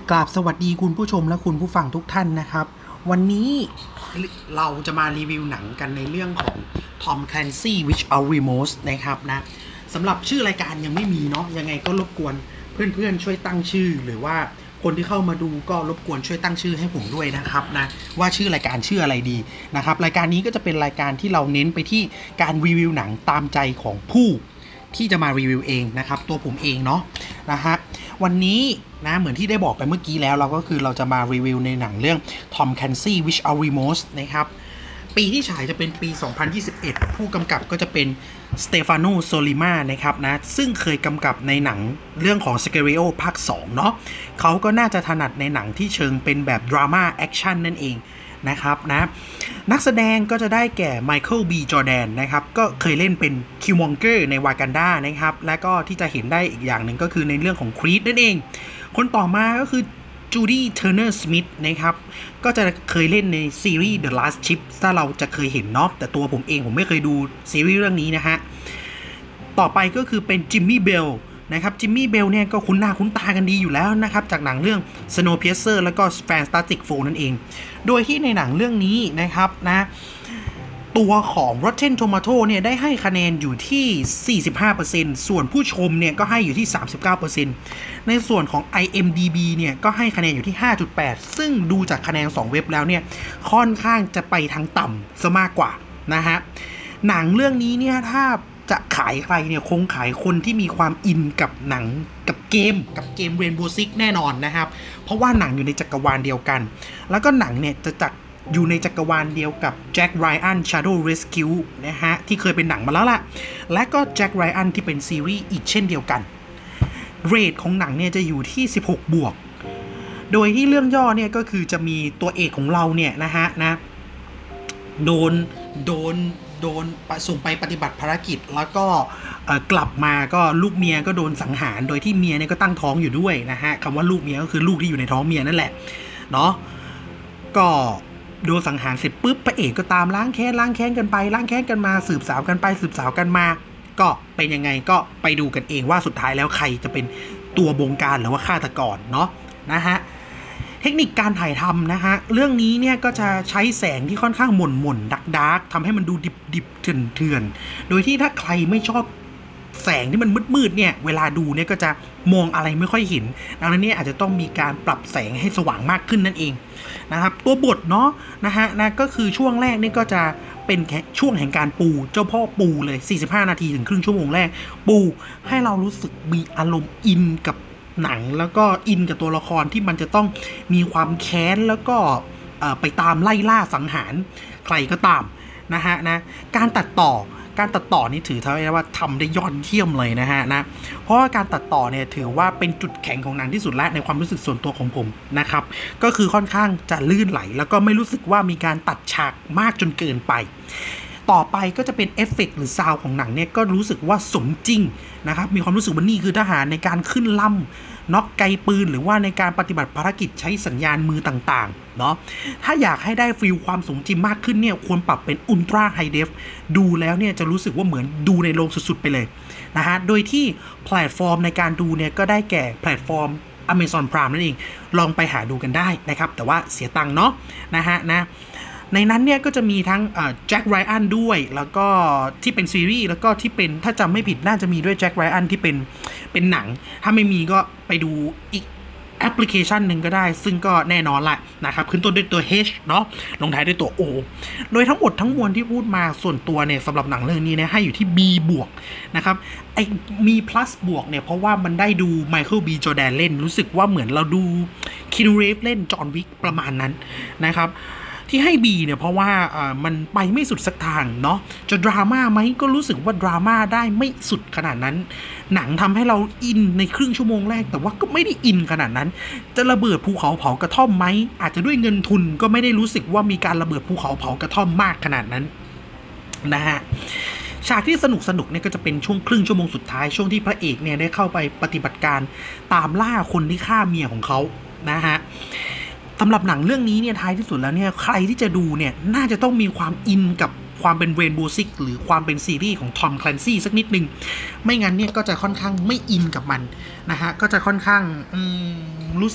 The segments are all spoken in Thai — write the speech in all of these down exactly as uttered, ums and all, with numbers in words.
กราบสวัสดีคุณผู้ชมและคุณผู้ฟังทุกท่านนะครับวันนี้เราจะมารีวิวหนังกันในเรื่องของ Tom Clancy Which Are Remorse นะครับนะสำหรับชื่อรายการยังไม่มีเนาะยังไงก็รบกวนเพื่อนๆช่วยตั้งชื่อหรือว่าคนที่เข้ามาดูก็รบกวนช่วยตั้งชื่อให้ผมด้วยนะครับนะว่าชื่อรายการชื่ออะไรดีนะครับรายการนี้ก็จะเป็นรายการที่เราเน้นไปที่การรีวิวหนังตามใจของผู้ที่จะมารีวิวเองนะครับตัวผมเองเนาะนะฮะวันนี้นะเหมือนที่ได้บอกไปเมื่อกี้แล้วเราก็คือเราจะมารีวิวในหนังเรื่อง Tom Clancy Which Are Remorse นะครับปีที่ฉายจะเป็นปี สองพันยี่สิบเอ็ด ผู้กำกับก็จะเป็นสเตฟานโน โซลิมานะครับนะซึ่งเคยกำกับในหนังเรื่องของ Sicario ภาค สอง เนาะเขาก็น่าจะถนัดในหนังที่เชิงเป็นแบบดราม่าแอคชั่นนั่นเองนะครับนะนักแสดงก็จะได้แก่ไมเคิล บี จอร์แดนนะครับก็เคยเล่นเป็นคิวมองเกอร์ในวากันดานะครับและก็ที่จะเห็นได้อีกอย่างหนึ่งก็คือในเรื่องของครีดนั่นเองคนต่อมาก็คือจูดี้ เทอร์เนอร์ สมิธนะครับก็จะเคยเล่นในซีรีส์ The Last Ship ถ้าเราจะเคยเห็นเนาะแต่ตัวผมเองผมไม่เคยดูซีรีส์เรื่องนี้นะฮะต่อไปก็คือเป็นจิมมี่เบลนะครับจิมมี่เบลเนี่ยก็คุ้นหน้าคุ้นตากันดีอยู่แล้วนะครับจากหนังเรื่อง Snowpiercer แล้วก็ Fantastic Four นั่นเองโดยที่ในหนังเรื่องนี้นะครับนะตัวของ Rotten Tomato เนี่ยได้ให้คะแนนอยู่ที่ สี่สิบห้าเปอร์เซ็นต์ ส่วนผู้ชมเนี่ยก็ให้อยู่ที่ สามสิบเก้าเปอร์เซ็นต์ ในส่วนของ ไอ เอ็ม ดี บี เนี่ยก็ให้คะแนนอยู่ที่ ห้าจุดแปด ซึ่งดูจากคะแนนสองเว็บแล้วเนี่ยค่อนข้างจะไปทางต่ำซะมากกว่านะฮะหนังเรื่องนี้เนี่ยถ้าจะขายใครเนี่ยคงขายคนที่มีความอินกับหนังกับเกมกับเกม Rainbow Six แน่นอนนะครับเพราะว่าหนังอยู่ในจักรวาลเดียวกันแล้วก็หนังเนี่ยจะจัดอยู่ในจักรวาลเดียวกับแจ็คไรอัน Shadow Rescue นะฮะที่เคยเป็นหนังมาแล้วล่ะและก็แจ็คไรอันที่เป็นซีรีส์อีกเช่นเดียวกันเรทของหนังเนี่ยจะอยู่ที่สิบหกบวกโดยที่เรื่องย่อเนี่ยก็คือจะมีตัวเอกของเราเนี่ยนะฮะนะโดนโดนโดนส่งไปปฏิบัติภารกิจแล้วก็กลับมาก็ลูกเมียก็โดนสังหารโดยที่เมียเนี่ยก็ตั้งท้องอยู่ด้วยนะฮะคำว่าลูกเมียก็คือลูกที่อยู่ในท้องเมียนั่นแหละเนาะก็โดนสังหารเสร็จปุ๊บพระเอกก็ตามล้างแค้นล้างแค้นกันไปล้างแค้นกันมาสืบสาวกันไปสืบสาวกันมาก็เป็นยังไงก็ไปดูกันเองว่าสุดท้ายแล้วใครจะเป็นตัวบงการหรือว่าฆาตกรเนาะนะฮะเทคนิคการถ่ายทำนะฮะเรื่องนี้เนี่ยก็จะใช้แสงที่ค่อนข้างหม่นหม่นดักดักทำให้มันดูดิบดิบเถื่อนเถื่อนโดยที่ถ้าใครไม่ชอบแสงที่มันมืดมืดเนี่ยเวลาดูเนี่ยก็จะมองอะไรไม่ค่อยเห็นดังนั้นเนี่ยอาจจะต้องมีการปรับแสงให้สว่างมากขึ้นนั่นเองนะครับตัวบทเนาะนะฮะนะก็คือช่วงแรกนี่ก็จะเป็นแค่ช่วงแห่งการปูเจ้าพ่อปูเลยสี่สิบห้านาทีถึงครึ่งชั่วโมงแรกปูให้เรารู้สึกมีอารมณ์อินกับหนังแล้วก็อินกับตัวละครที่มันจะต้องมีความแค้นแล้วก็ไปตามไล่ล่าสังหารใครก็ตามนะฮะนะการตัดต่อการตัดต่อนี่ถือว่าทำได้ยอดเยี่ยมเลยนะฮะนะเพราะว่าการตัดต่อเนี่ยถือว่าเป็นจุดแข็งของหนังที่สุดและในความรู้สึกส่วนตัวของผมนะครับก็คือค่อนข้างจะลื่นไหลแล้วก็ไม่รู้สึกว่ามีการตัดฉากมากจนเกินไปต่อไปก็จะเป็นเอฟเฟกต์หรือซาวของหนังเนี่ยก็รู้สึกว่าสมจริงนะครับมีความรู้สึกว่านี่คือทหารในการขึ้นลำน็อกไกปืนหรือว่าในการปฏิบัติภารกิจใช้สัญญาณมือต่างๆเนาะถ้าอยากให้ได้ฟีลความสมจริงมากขึ้นเนี่ยควรปรับเป็นอุลตร้าไฮเดฟดูแล้วเนี่ยจะรู้สึกว่าเหมือนดูในโรงสุดๆไปเลยนะฮะโดยที่แพลตฟอร์มในการดูเนี่ยก็ได้แก่แพลตฟอร์ม Amazon Prime นั่นเองลองไปหาดูกันได้นะครับแต่ว่าเสียตังค์เนาะนะฮะนะในนั้นเนี่ยก็จะมีทั้งแจ็คไรอันด้วยแล้วก็ที่เป็นซีรีส์แล้วก็ที่เป็นถ้าจำไม่ผิดน่าจะมีด้วยแจ็คไรอันที่เป็นเป็นหนังถ้าไม่มีก็ไปดูอีกแอปพลิเคชันหนึ่งก็ได้ซึ่งก็แน่นอนแหละนะครับขึ้นต้นด้วยตัว H เนาะลงท้ายด้วยตัว O โดยทั้งหมดทั้งมวลที่พูดมาส่วนตัวเนี่ยสำหรับหนังเรื่องนี้เนี่ยให้อยู่ที่ B บวกนะครับไอ้มี plus บวกเนี่ยเพราะว่ามันได้ดูไมเคิล บี จอร์แดนเล่นรู้สึกว่าเหมือนเราดูคีนูเรฟเล่นจอห์นวิกประมาณนั้นนะครับที่ให้ B เนี่ยเพราะว่ามันไปไม่สุดสักทางเนาะจะดราม่าไหมก็รู้สึกว่าดราม่าได้ไม่สุดขนาดนั้นหนังทำให้เราอินในครึ่งชั่วโมงแรกแต่ว่าก็ไม่ได้อินขนาดนั้นจะระเบิดภูเขาเผากระท่อมไหมอาจจะด้วยเงินทุนก็ไม่ได้รู้สึกว่ามีการระเบิดภูเขาเผากระท่อมมากขนาดนั้นนะฮะฉากที่สนุกสนุกเนี่ยก็จะเป็นช่วงครึ่งชั่วโมงสุดท้ายช่วงที่พระเอกเนี่ยได้เข้าไปปฏิบัติการตามล่าคนที่ฆ่าเมียของเขานะฮะสำหรับหนังเรื่องนี้เนี่ยท้ายที่สุดแล้วเนี่ยใครที่จะดูเนี่ยน่าจะต้องมีความอินกับความเป็น Rainbow Six หรือความเป็นซีรีส์ของ Tom Clancy สักนิดนึงไม่งั้นเนี่ยก็จะค่อนข้างไม่อินกับมันนะฮะก็จะค่อนข้างรู้สึก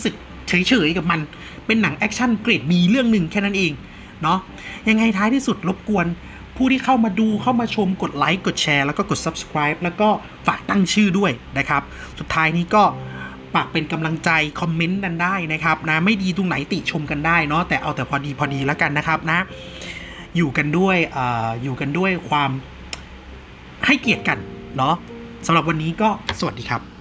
เฉยๆกับมันเป็นหนังแอคชั่นเกรด B เรื่องหนึ่งแค่นั้นเองเนาะยังไงท้ายที่สุดรบกวนผู้ที่เข้ามาดูเข้ามาชมกดไลค์กดแชร์แล้วก็กด Subscribe แล้วก็ฝากตั้งชื่อด้วยนะครับสุดท้ายนี้ก็ฝากเป็นกำลังใจคอมเมนต์กันได้นะครับนะไม่ดีตรงไหนติชมกันได้เนาะแต่เอาแต่พอดีพอดีแล้วกันนะครับนะอยู่กันด้วยเอ่ออยู่กันด้วยความให้เกียรติกันเนาะสำหรับวันนี้ก็สวัสดีครับ